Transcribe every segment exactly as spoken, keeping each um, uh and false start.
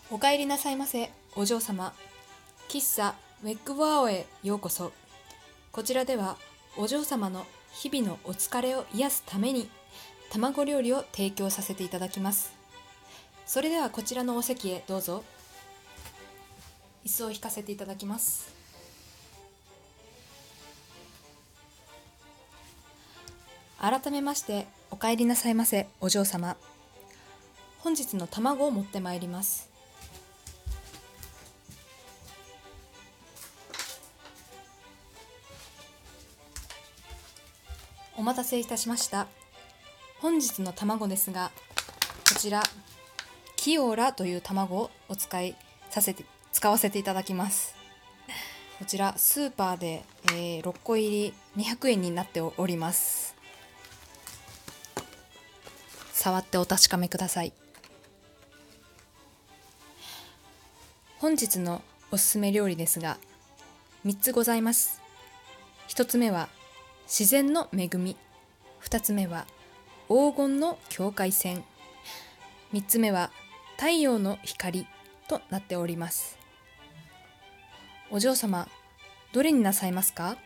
お帰りなさいませ、お嬢様。喫茶ウェッグワオへようこそ。こちらではお嬢様の日々のお疲れを癒すために卵料理を提供させていただきます。それではこちらのお席へどうぞ。椅子を引かせていただきます。改めましてお帰りなさいませ、お嬢様。本日の卵を持ってまいります。お待たせいたしました。本日の卵ですが、こちらキオラという卵をお使いさせて使わせていただきます。こちらスーパーで、えー、ろっこ入りにひゃくえんになっております。触ってお確かめください。本日のおすすめ料理ですがみっつございます。ひとつめは自然の恵み、ふたつめは黄金の境界線、みっつめは太陽の光となっております。お嬢様、どれになさいますか？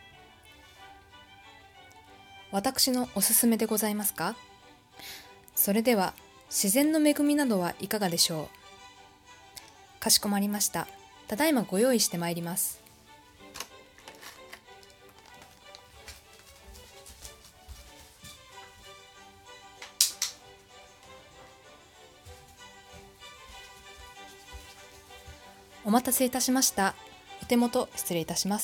私のおすすめでございますか？それでは自然の恵みなどはいかがでしょう？かしこまりました。ただいまご用意してまいります。お待たせいたしました。お手元失礼いたします。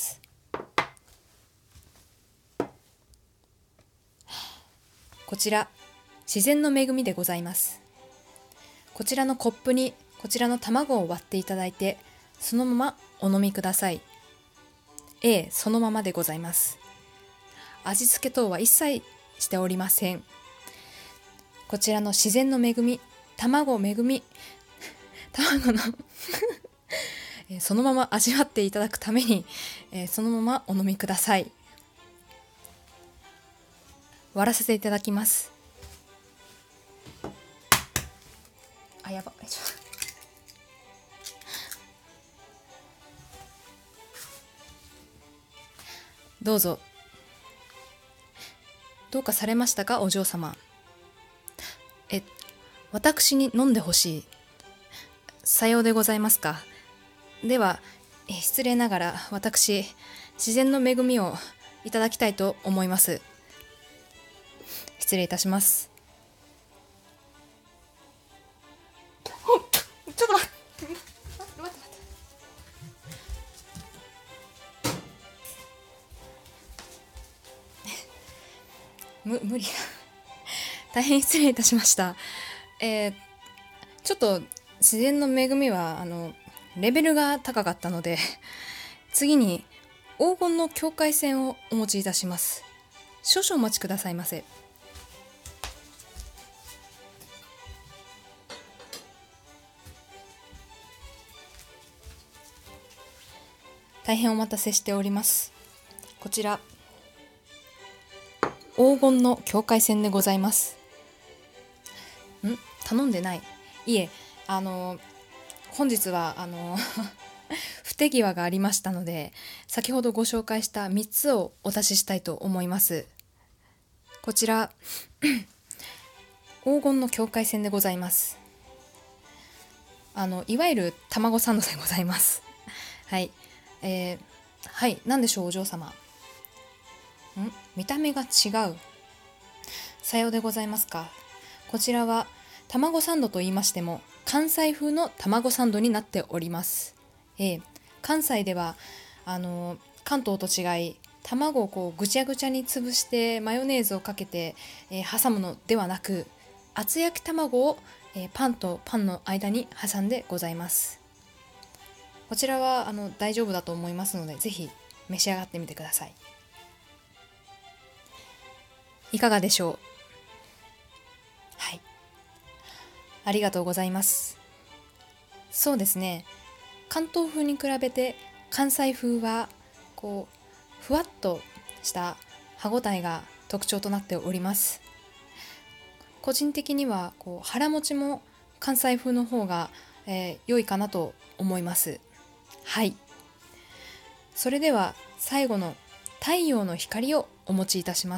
こちら自然の恵みでございます。こちらのコップにこちらの卵を割っていただいて、そのままお飲みください。ええ、そのままでございます。味付け等は一切しておりません。こちらの自然の恵み、卵恵み、卵のそのまま味わっていただくために、えー、そのままお飲みください。割らせていただきます。あ、やば。どうぞ。どうかされましたか、お嬢様。え、私に飲んでほしい。さようでございますか。では、え失礼ながら私、自然の恵みをいただきたいと思います。失礼いたします。ちょっと待って。待って待って待って。む無理大変失礼いたしました。えー、ちょっと自然の恵みはあのレベルが高かったので、次に黄金の境界線をお持ちいたします。少々お待ちくださいませ。大変お待たせしております。こちら黄金の境界線でございます。ん頼んでない。いえ、あの本日はあの不手際がありましたので、先ほどご紹介したみっつをお出ししたいと思います。こちら黄金の境界線でございます。あのいわゆる卵サンドでございます。はい、えー、はい何でしょう、お嬢様。ん見た目が違う。さようでございますか。こちらは卵サンドと言いましても関西風の卵サンドになっております。えー、関西ではあの関東と違い、卵をこうぐちゃぐちゃに潰してマヨネーズをかけて、えー、挟むのではなく、厚焼き卵を、えー、パンとパンの間に挟んでございます。こちらはあの大丈夫だと思いますので、ぜひ召し上がってみてください。いかがでしょう。はい、ありがとうございます。そうですね、関東風に比べて関西風はこうふわっとした歯ごたえが特徴となっております。個人的にはこう腹持ちも関西風の方がえー、良いかなと思います。はい。それでは最後の太陽の光をお持ちいたします。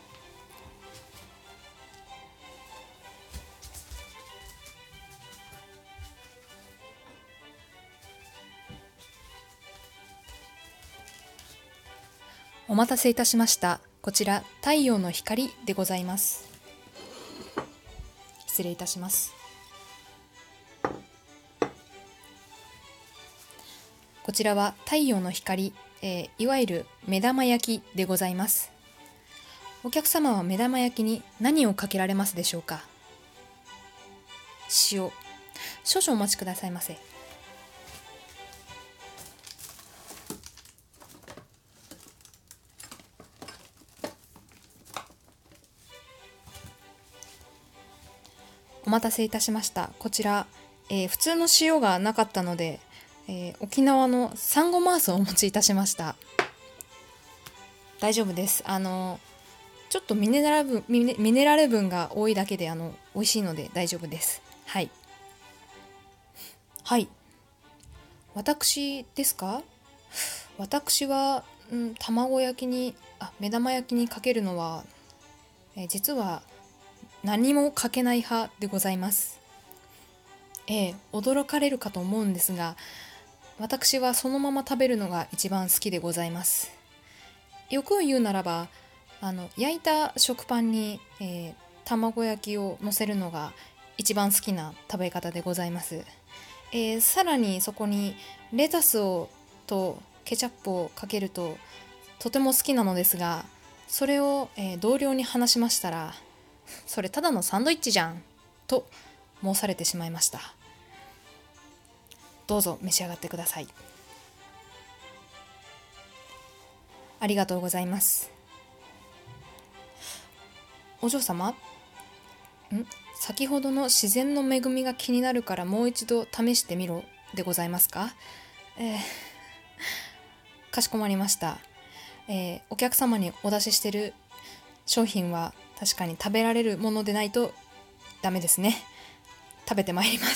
お待たせいたしました。こちら太陽の光でございます。失礼いたします。こちらは太陽の光、えー、いわゆる目玉焼きでございます。お客様は目玉焼きに何をかけられますでしょうか？塩。少々お待ちくださいませ。お待たせいたしました。こちら、えー、普通の塩がなかったので、えー、沖縄のサンゴマースをお持ちいたしました。大丈夫です。あのちょっとミネラル分、ミネ、ミネラル分が多いだけであの美味しいので大丈夫です。はい。はい。私ですか？私は、うん、卵焼きにあ目玉焼きにかけるのは、えー実は何もかけない派でございます。ええ、驚かれるかと思うんですが、私はそのまま食べるのが一番好きでございます。欲を言うならば、あの焼いた食パンに、えー卵焼きを乗せるのが一番好きな食べ方でございます。えーさらにそこにレタスをとケチャップをかけるととても好きなのですが、それを、えー同僚に話しましたら、それただのサンドイッチじゃんと申されてしまいました。どうぞ召し上がってください。ありがとうございます。お嬢様、ん先ほどの自然の恵みが気になるからもう一度試してみろでございますか？えー、かしこまりました。えーお客様にお出ししている商品は確かに食べられるものでないとダメですね。食べてまいります。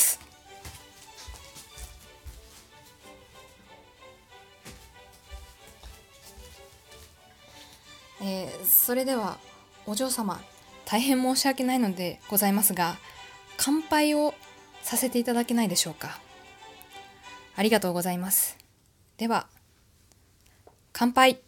えーそれではお嬢様、大変申し訳ないのでございますが、乾杯をさせていただけないでしょうか？ありがとうございます。では乾杯。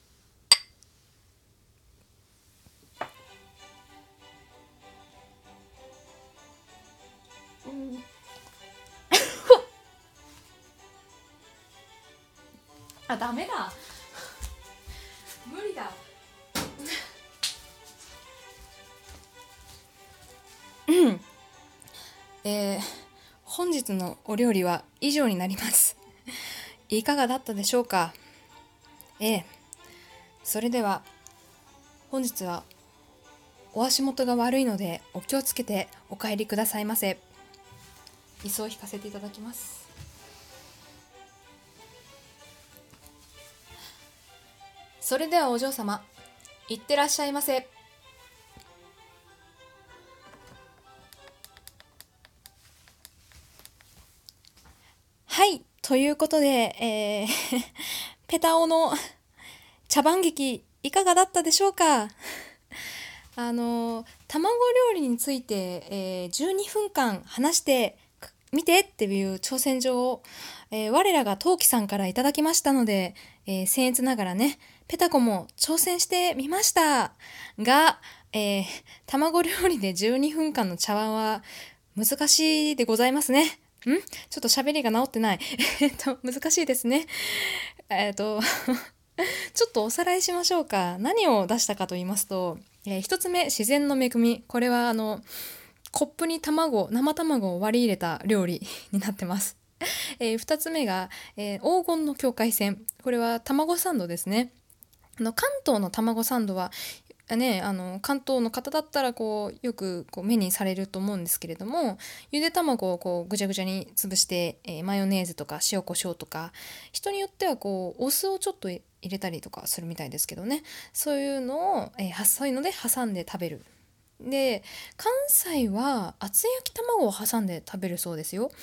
あ、ダメだ、無理だ。うんえー本日のお料理は以上になります。いかがだったでしょうか？ええ、それでは本日はお足元が悪いのでお気をつけてお帰りくださいませ。椅子を引かせていただきます。それではお嬢様、いってらっしゃいませ。はい、ということで、えーペタオの茶番劇いかがだったでしょうか？あの卵料理について、えーじゅうにふんかん話してみてっていう挑戦状を、えー我らがトウキさんからいただきましたので、えー僭越ながらね、ペタコも挑戦してみましたが、えー卵料理でじゅうにふんかんの茶碗は難しいでございますね。んちょっと喋りが治ってない。えっと、難しいですね。えっと、ちょっとおさらいしましょうか。何を出したかと言いますと、えー一つ目、自然の恵み。これは、あの、コップに卵、生卵を割り入れた料理になってます。えー二つ目が、えー黄金の境界線。これは卵サンドですね。あの、関東の卵サンドは、ね、あの関東の方だったらこうよくこう目にされると思うんですけれども、ゆで卵をこうぐちゃぐちゃに潰して、えーマヨネーズとか塩コショウとか、人によってはこうお酢をちょっと入れたりとかするみたいですけどね、そういうのを、えーそういうので挟んで食べる。で、関西は厚焼き卵を挟んで食べるそうですよ。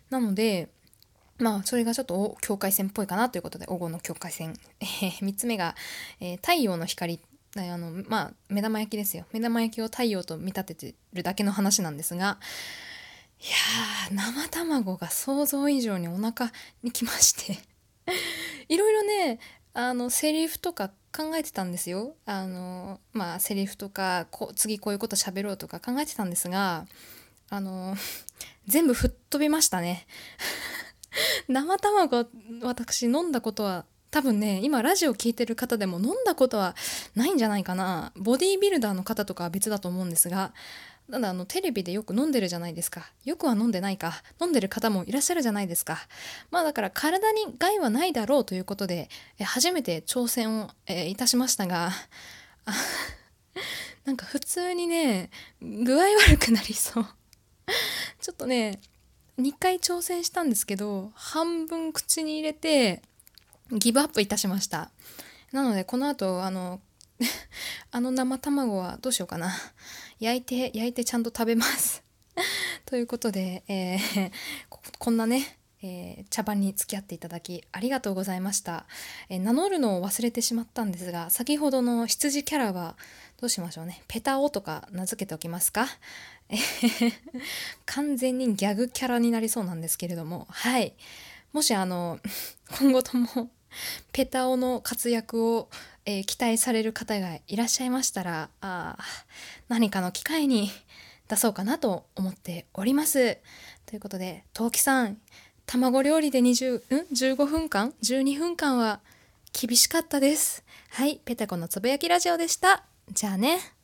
なのでまあそれがちょっと境界線っぽいかなということで、黄金の境界線、えー、みっつめが、えー、太陽の光、あのまあ目玉焼きですよ。目玉焼きを太陽と見立ててるだけの話なんですが、いやー生卵が想像以上にお腹にきましていろいろね、あのセリフとか考えてたんですよ。あのまあセリフとかこ次こういうこと喋ろうとか考えてたんですが、あの全部吹っ飛びましたね生卵、私飲んだことは多分ね、今ラジオ聞いてる方でも飲んだことはないんじゃないかな。ボディービルダーの方とかは別だと思うんですが、ただあのテレビでよく飲んでるじゃないですか。よくは飲んでないか。飲んでる方もいらっしゃるじゃないですか。まあだから体に害はないだろうということで、え初めて挑戦を、えーいたしましたが、あなんか普通にね、具合悪くなりそう。ちょっとね、にかい挑戦したんですけど、半分口に入れてギブアップいたしました。なのでこの後あのあの生卵はどうしようかな。焼いて焼いてちゃんと食べますということで、えーこ、こんなね、えー茶番に付き合っていただきありがとうございました。えー名乗るのを忘れてしまったんですが、先ほどの羊キャラはどうしましょうね。ペタオとか名付けておきますか。えー完全にギャグキャラになりそうなんですけれども、はい。もしあの今後ともペタオの活躍を、えー期待される方がいらっしゃいましたら、あー何かの機会に出そうかなと思っております。ということで、トウキさん、卵料理でにじゅう、ん ?じゅうご 分間 ?じゅうに 分間は厳しかったです。はい、ペタコのつぶやきラジオでした。じゃあね。